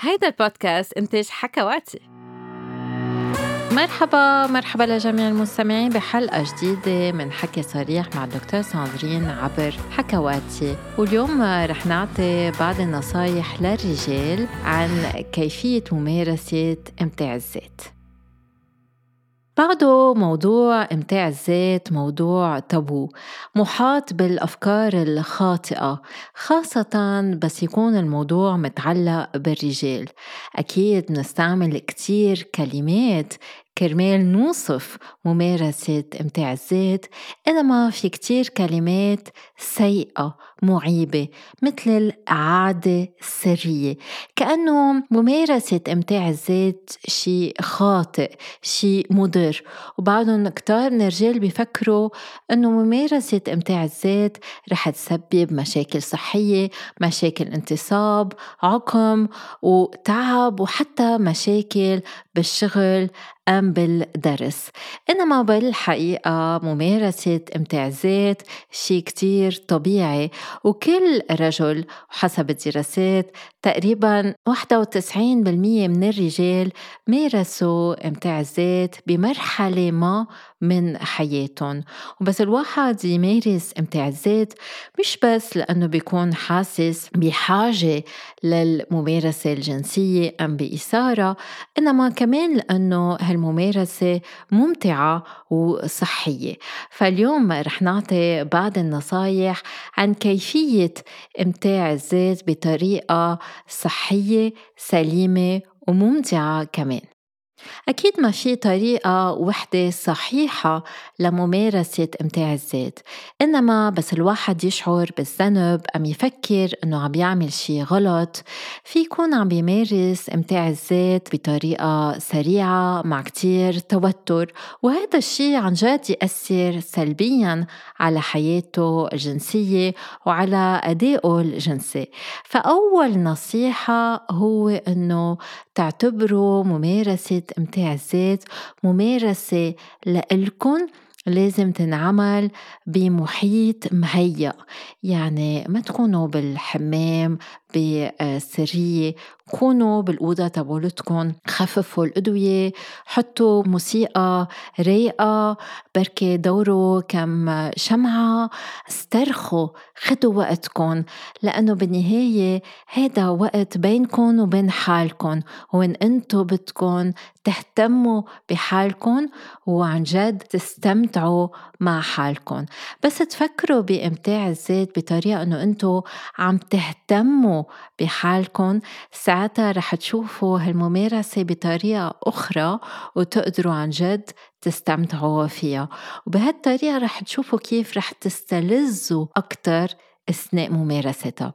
هيدا البودكاست إنتاج حكواتي. مرحبا لجميع المستمعين بحلقة جديدة من حكي صريح مع الدكتور ساندرين عبر حكواتي. واليوم رح نعطي بعض النصايح للرجال عن كيفية ممارسة إمتاع الذات. بعده موضوع إمتاع الذات موضوع تابو محاط بالأفكار الخاطئة، خاصة بس يكون الموضوع متعلق بالرجال. أكيد نستعمل كتير كلمات كرمال نوصف ممارسة إمتاع الذات، إنما في كتير كلمات سيئة معيبة مثل العادة السرية، كأنه ممارسة إمتاع الذات شيء خاطئ، شيء مضر. وبعضهم كتار من الرجال بيفكروا إنه ممارسة إمتاع الذات رح تسبب مشاكل صحية، مشاكل انتصاب، عقم وتعب، وحتى مشاكل بالشغل أم بالدرس. إنما بالحقيقة ممارسة إمتاع الذات شيء كتير طبيعي، وكل رجل حسب الدراسات تقريباً 91% من الرجال مارسوا إمتاع الذات بمرحلة ما من حياتهم. وبس الواحد يمارس إمتاع الذات مش بس لأنه بيكون حاسس بحاجة للممارسة الجنسية أم بإثارة، إنما كمان لأنه هالممارسة ممتعة وصحية. فاليوم رح نعطي بعض النصايح عن كيفية إمتاع الذات بطريقة صحية سليمة وممتعة كمان. أكيد ما في طريقة وحدة صحيحة لممارسة إمتاع الذات، إنما بس الواحد يشعر بالذنب أم يفكر إنه عم يعمل شي غلط، في يكون عم بيمارس إمتاع الذات بطريقة سريعة مع كتير توتر، وهذا الشي عن جد يأثر سلبياً على حياته الجنسية وعلى أدائه الجنسي. فأول نصيحة هو إنه تعتبروا ممارسة إمتاع الذات ممارسة لإلكن لازم تنعمل بمحيط مهيأ، يعني ما تكونوا بالحمام بسرية، كونوا بالأوضة تبولتكن، خففوا الأدوية، حطوا موسيقى رايقة، بركي دوروا كم شمعة، استرخوا، خدوا وقتكن، لأنه بالنهاية هذا وقت بينكن وبين حالكن، وإن أنتو بدكن تهتموا بحالكن وعن جد تستمتعوا مع حالكن. بس تفكروا بإمتاع الذات بطريقة أنه أنتو عم تهتموا بحالكن، ساعتها رح تشوفوا هالممارسة بطريقة أخرى وتقدروا عن جد تستمتعوا فيها، وبهالطريقة رح تشوفوا كيف رح تستلذوا أكتر أثناء ممارستها.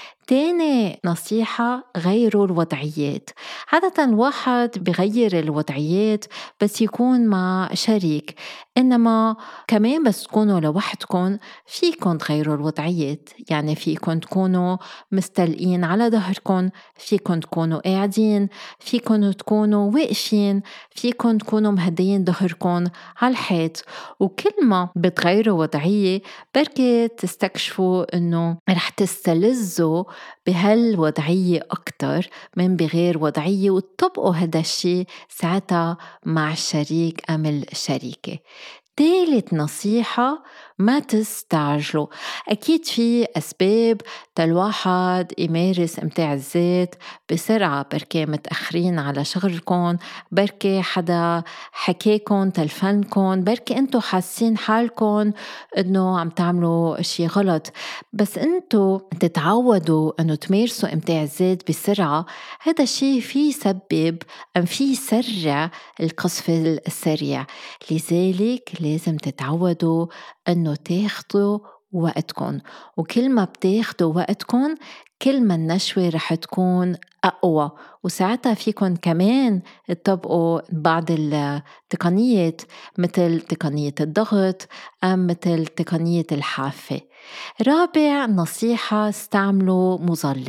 تاني نصيحة غيروا الوضعيات. عادة الواحد بغير الوضعيات بس يكون مع شريك، إنما كمان بس تكونوا لوحدكن فيكن تغيروا الوضعيات، يعني فيكن تكونوا مستلقين على ظهركن، فيكن تكونوا قاعدين، فيكن تكونوا واقفين، فيكن تكونوا مهديين ظهركن على الحيط. وكل ما بتغيروا وضعية بركي تستكشفوا إنه رح تستلذوا بهالوضعية أكتر من بغير وضعية، وتطبقوا هذا الشيء ساعتها مع الشريك أم الشريكة. ثالث نصيحة ما تستعجلوا. أكيد في أسباب الواحد يمارس إمتاع الذات بسرعة، بركي متأخرين على شغلكم، بركي حدا حكيكم تلفنكم، بركي أنتوا حاسين حالكم إنه عم تعملوا شي غلط. بس أنتوا تتعودوا إنه تمارسوا إمتاع الذات بسرعة، هذا الشيء فيه يسبب أم فيه يسرع القصف السريع. لذلك لازم تتعودوا أنه تاخدوا وقتكن، وكل ما بتاخدوا وقتكن كل ما النشوة رح تكون أقوى، وساعتها فيكن كمان تطبقوا بعض التقنيات مثل تقنية الضغط أم مثل تقنية الحافة. رابع نصيحة استعملوا مظلك.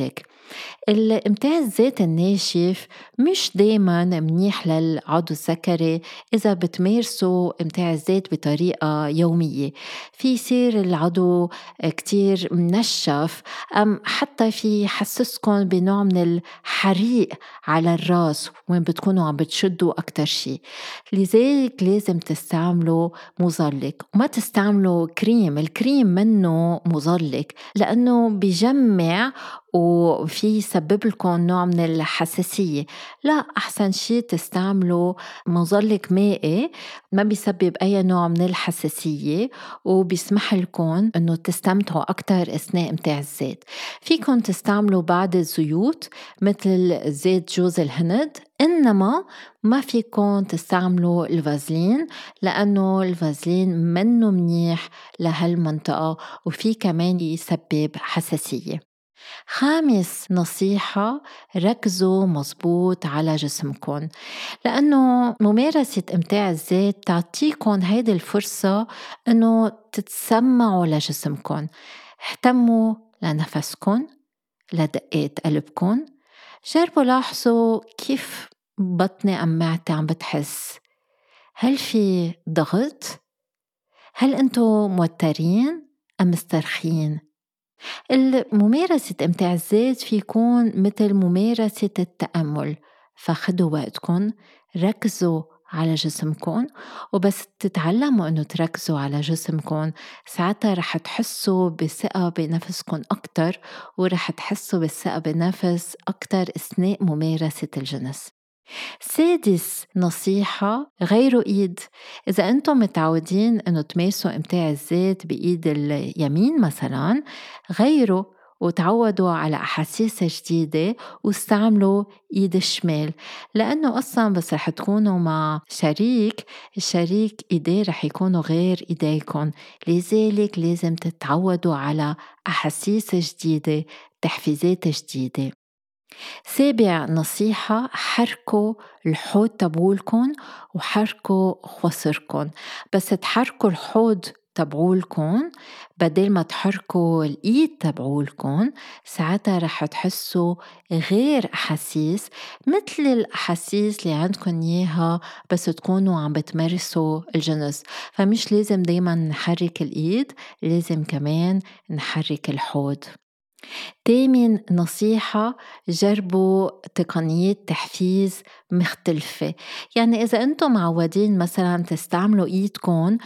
الإمتاع الذات الناشف مش دايما منيح للعضو الذكري إذا بتمارسوا إمتاع الذات بطريقة يومية. في يصير العضو كتير منشف، أم حتى في يحسسكن بنوع من الحريق على الراس وين بتكونوا عم بتشدوا أكتر شي. لذلك لازم تستعملوا مظلك وما تستعملوا كريم. الكريم منه مظلك لأنه بيجمع وفي يسبب لكم نوع من الحساسية. لا، أحسن شي تستعملوا مظلك مائي، ما بيسبب أي نوع من الحساسية وبيسمح لكم أنه تستمتعوا أكتر أثناء إمتاع الزيت. فيكم تستعملوا بعض الزيوت مثل زيت جوز الهند، إنما ما فيكم تستعملوا الفازلين لأنه الفازلين منه منيح لهالمنطقة وفي كمان يسبب حساسية. خامس نصيحة، ركزوا مزبوط على جسمكم، لأنه ممارسة إمتاع الذات تعطيكم هيدي الفرصة أنه تتسمعوا لجسمكم. اهتموا لنفسكم، لدقات قلبكم. جربوا لاحظوا كيف بطني أم معدتي عم بتحس. هل في ضغط؟ هل أنتم موترين أم مسترخين؟ الممارسة إمتاع الذات في يكون مثل ممارسة التأمل، فخدوا وقتكم، ركزوا على جسمكم، وبس تتعلموا أنه تركزوا على جسمكم ساعتها رح تحسوا بثقة بنفسكم أكتر، ورح تحسوا بالثقة بنفس أكتر أثناء ممارسة الجنس. سادس نصيحة، غيروا إيد. إذا أنتم متعودين أنه تمارسوا إمتاع الذات بإيد اليمين مثلا، غيروا وتعودوا على أحاسيس جديدة واستعملوا إيد الشمال، لأنه أصلا بس رح تكونوا مع شريك، الشريك إيديه رح يكونوا غير إيديكم. لذلك لازم تتعودوا على أحاسيس جديدة، تحفيزات جديدة. سابع نصيحة، حركوا الحوض تبعولكن وحركوا خصركن. بس تحركوا الحوض تبعولكن بدل ما تحركوا الإيد تبعولكن، ساعتها رح تحسوا غير أحاسيس مثل الأحاسيس اللي عندكن إياها بس تكونوا عم بتمارسوا الجنس. فمش لازم دايما نحرك الإيد، لازم كمان نحرك الحوض. تامن نصيحة، جربوا تقنيات تحفيز مختلفة. يعني إذا أنتم معودين مثلا تستعملوا إيدكم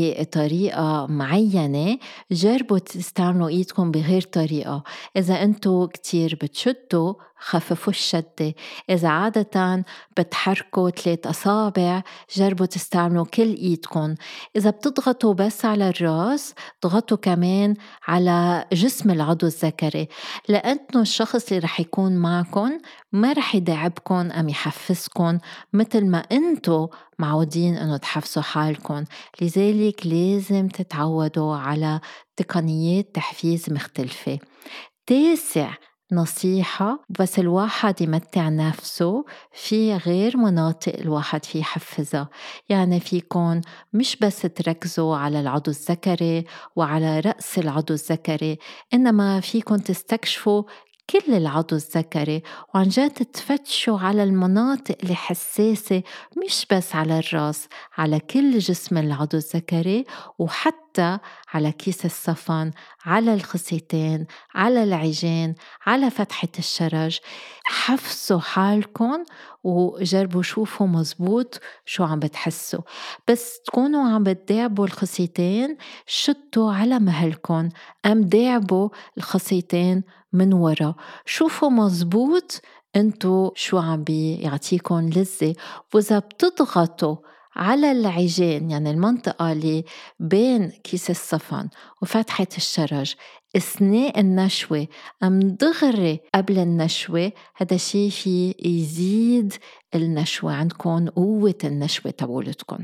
بطريقة معينة، جربوا تستعملوا إيدكم بغير طريقة. إذا أنتم كتير بتشدوا، خففوا الشدة. إذا عادة بتحركوا 3 أصابع، جربوا تستعملوا كل إيدكم. إذا بتضغطوا بس على الرأس، ضغطوا كمان على جسم العضو الذكري، لأنه الشخص اللي رح يكون معكم ما رح يداعبكم أم يحفزكم مثل ما أنتوا معودين أنه تحفزوا حالكم. لذلك لازم تتعودوا على تقنيات تحفيز مختلفة. تاسع نصيحة، بس الواحد يمتع نفسه في غير مناطق الواحد فيه يحفزها. يعني فيكن مش بس تركزوا على العضو الذكري وعلى رأس العضو الذكري، إنما فيكن تستكشفوا كل العضو الذكري وعن جد تفتشوا على المناطق اللي حساسة، مش بس على الرأس، على كل جسم العضو الذكري، وحتى على كيس الصفن، على الخصيتين، على العجين، على فتحة الشرج. حفزوا حالكم وجربوا شوفوا مزبوط شو عم بتحسوا. بس تكونوا عم بتداعبوا الخصيتين، شدوا على مهلكم، أم داعبوا الخصيتين من ورا، شوفوا مزبوط انتو شو عم بيعطيكم لذة. وإذا بتضغطوا على العجين، يعني المنطقة اللي بين كيس الصفن وفتحة الشرج أثناء النشوة أم دغري قبل النشوة، هذا شيء في يزيد النشوة عندكم، قوة النشوة تبولتكم.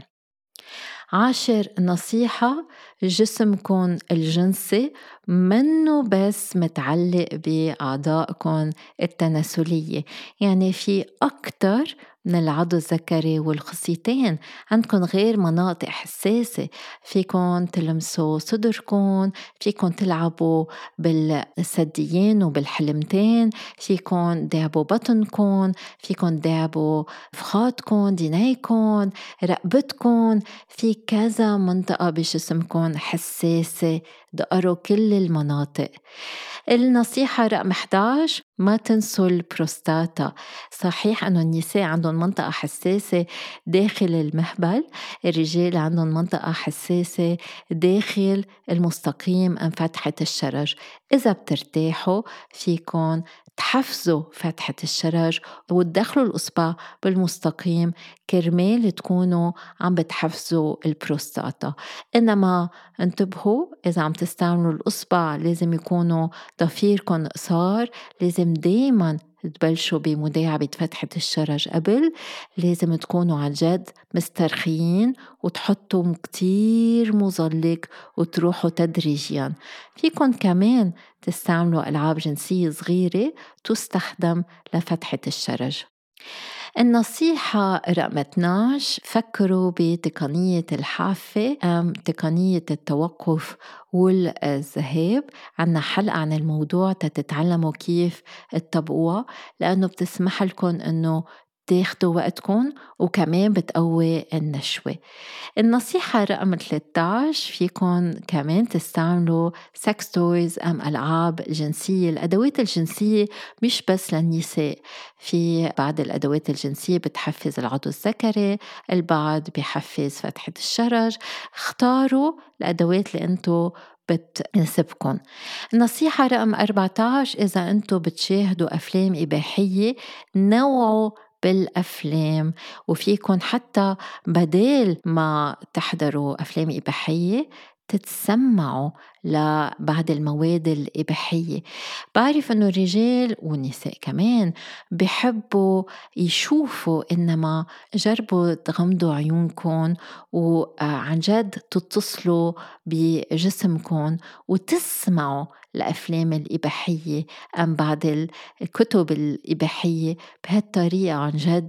10 نصيحة، جسمكم الجنسي منه بس متعلق بأعضائكم التناسلية، يعني في أكتر من العضو الذكري والخصيتين، عندكن غير مناطق حساسة، فيكن تلمسوا صدركن، فيكن تلعبوا بالثديين وبالحلمتين، فيكن دعبوا بطنكن، فيكن دعبوا فخادكن، دينيكن، رقبتكن، في كذا منطقة بجسمكن حساسة، دقروا كل المناطق. النصيحة رقم 11: ما تنسوا البروستاتا. صحيح أنه النساء عندهم منطقة حساسة داخل المهبل، الرجال عندهم منطقة حساسة داخل المستقيم أم فتحة الشرج. إذا بترتاحوا فيكن تحفزوا فتحة الشرج وتدخلوا الأصبع بالمستقيم كرمال تكونوا عم بتحفزوا البروستاتا. إنما انتبهوا، إذا عم تستعملوا الأصبع لازم يكونوا ضفيركن قصار، لازم دايما تبلشوا بمداعبة فتحة الشرج قبل، لازم تكونوا عن جد مسترخيين وتحطوا كتير مظلق وتروحوا تدريجيا. فيكن كمان تستعملوا ألعاب جنسية صغيرة تستخدم لفتحة الشرج. النصيحة رقم 12: فكروا بتقنية الحافة أم تقنية التوقف والذهاب. عنا حلقة عن الموضوع تتعلموا كيف تطبقوها، لأنه بتسمح لكم أنه تاخدوا وقتكم وكمان بتقوي النشوة. النصيحة رقم 13: فيكن كمان تستعملوا سكس تويز أم ألعاب جنسية. الأدوات الجنسية مش بس للنساء، في بعض الأدوات الجنسية بتحفز العضو الذكري، البعض بيحفز فتحة الشرج. اختاروا الأدوات اللي أنتوا بتناسبكن. النصيحة رقم 14: إذا أنتوا بتشاهدوا أفلام إباحية نوعوا بالأفلام، وفيكن حتى بدال ما تحضروا أفلام إباحية تتسمعوا لبعض المواد الإباحية. بعرف أنه الرجال والنساء كمان بيحبوا يشوفوا، إنما جربوا تغمضوا عيونكم وعن جد تتصلوا بجسمكم وتسمعوا الأفلام الإباحية أم بعض الكتب الإباحية. بهالطريقة عن جد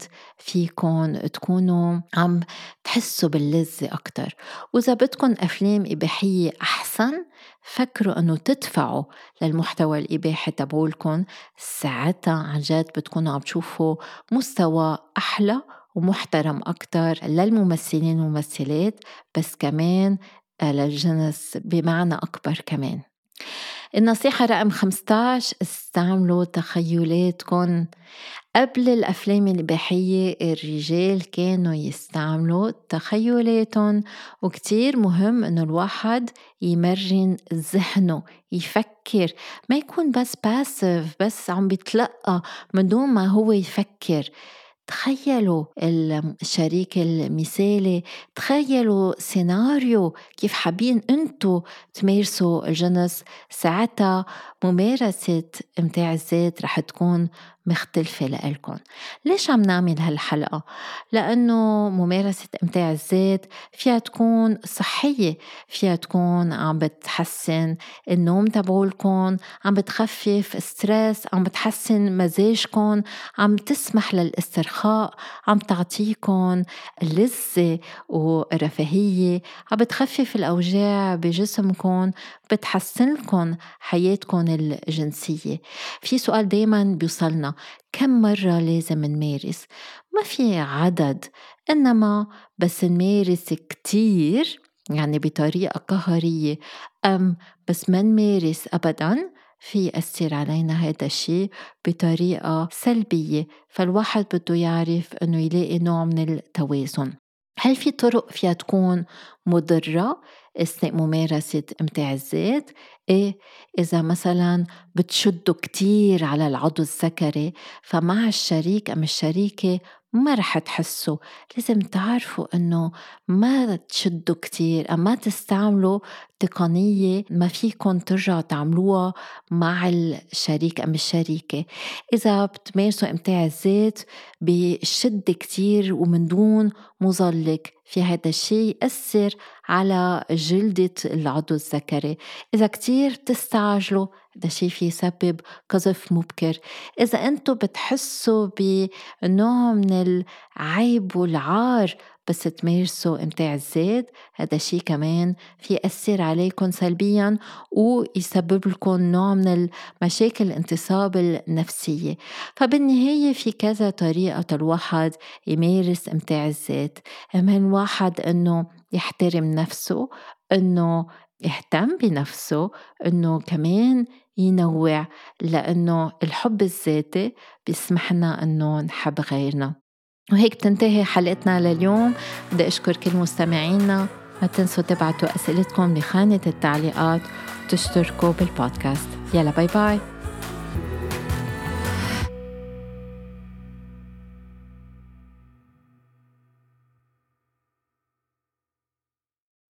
فيكن تكونوا عم تحسوا باللذة أكتر. وإذا بدكن أفلام إباحية أحسن، فكروا أنه تدفعوا للمحتوى الإباحي تبعولكن، ساعتها عن جد بتكونوا عم تشوفوا مستوى أحلى ومحترم أكتر للممثلين والممثلات، بس كمان للجنس بمعنى أكبر كمان. النصيحة رقم 15: استعملوا تخيلاتكن. قبل الأفلام الإباحية الرجال كانوا يستعملوا تخيلاتهم، وكتير مهم إنه الواحد يمرن ذهنه يفكر، ما يكون بس باسف، بس عم بيتلقى من دون ما هو يفكر. تخيلوا الشريك المثالي، تخيلوا سيناريو كيف حابين انتو تمارسوا الجنس، ساعتها ممارسة امتاع الذات رح تكون مختلفة لإلكن. ليش عم نعمل هالحلقة؟ لأنه ممارسة امتاع الذات فيها تكون صحية، فيها تكون عم بتحسن النوم تبعولكن، عم بتخفف ستريس، عم بتحسن مزاجكن، عم تسمح للاسترخاء، عم تعطيكن لذة ورفاهية، عم بتخفف الأوجاع بجسمكن، بتحسن لكم حياتكن الجنسية. في سؤال دايما بيوصلنا: كم مرة لازم نمارس؟ ما في عدد، إنما بس نمارس كتير، يعني بطريقة قهرية، أم بس ما نمارس أبداً، في يأثر علينا هذا الشيء بطريقة سلبية. فالواحد بده يعرف أنه يلاقي نوع من التوازن. هل في طرق فيها تكون مضرة أثناء ممارسة امتاع الذات؟ إيه، إذا مثلا بتشدوا كتير على العضو الذكري فمع الشريك أم الشريكة ما رح تحسوا. لازم تعرفوا أنه ما تشدوا كتير أم ما تستعملوا تقنية ما فيكن ترجعوا تعملوها مع الشريك أم الشريكة. إذا بتمارسوا امتاع الذات بشد كتير ومن دون مظلق، في هذا الشيء يأثر على جلدة العضو الذكري. إذا كتير تستعجلوا هذا الشيء في يسبب قذف مبكر. إذا أنتوا بتحسوا بنوع من العيب والعار بس تمارسوا إمتاع الذات، هذا الشيء كمان في يأثر عليكم سلبيا ويسبب لكم نوع من المشاكل الانتصاب النفسية. فبالنهاية في كذا طريقة الواحد يمارس إمتاع الذات. من واحد أنه يحترم نفسه، أنه يهتم بنفسه، أنه كمان ينوع، لأنه الحب الذاتي بيسمحنا أنه نحب غيرنا. وهيك تنتهي حلقتنا لليوم. بدي أشكر كل مستمعينا، ما تنسوا تبعتوا أسئلتكم بخانة التعليقات وتشتركوا بالبودكاست. يلا باي باي.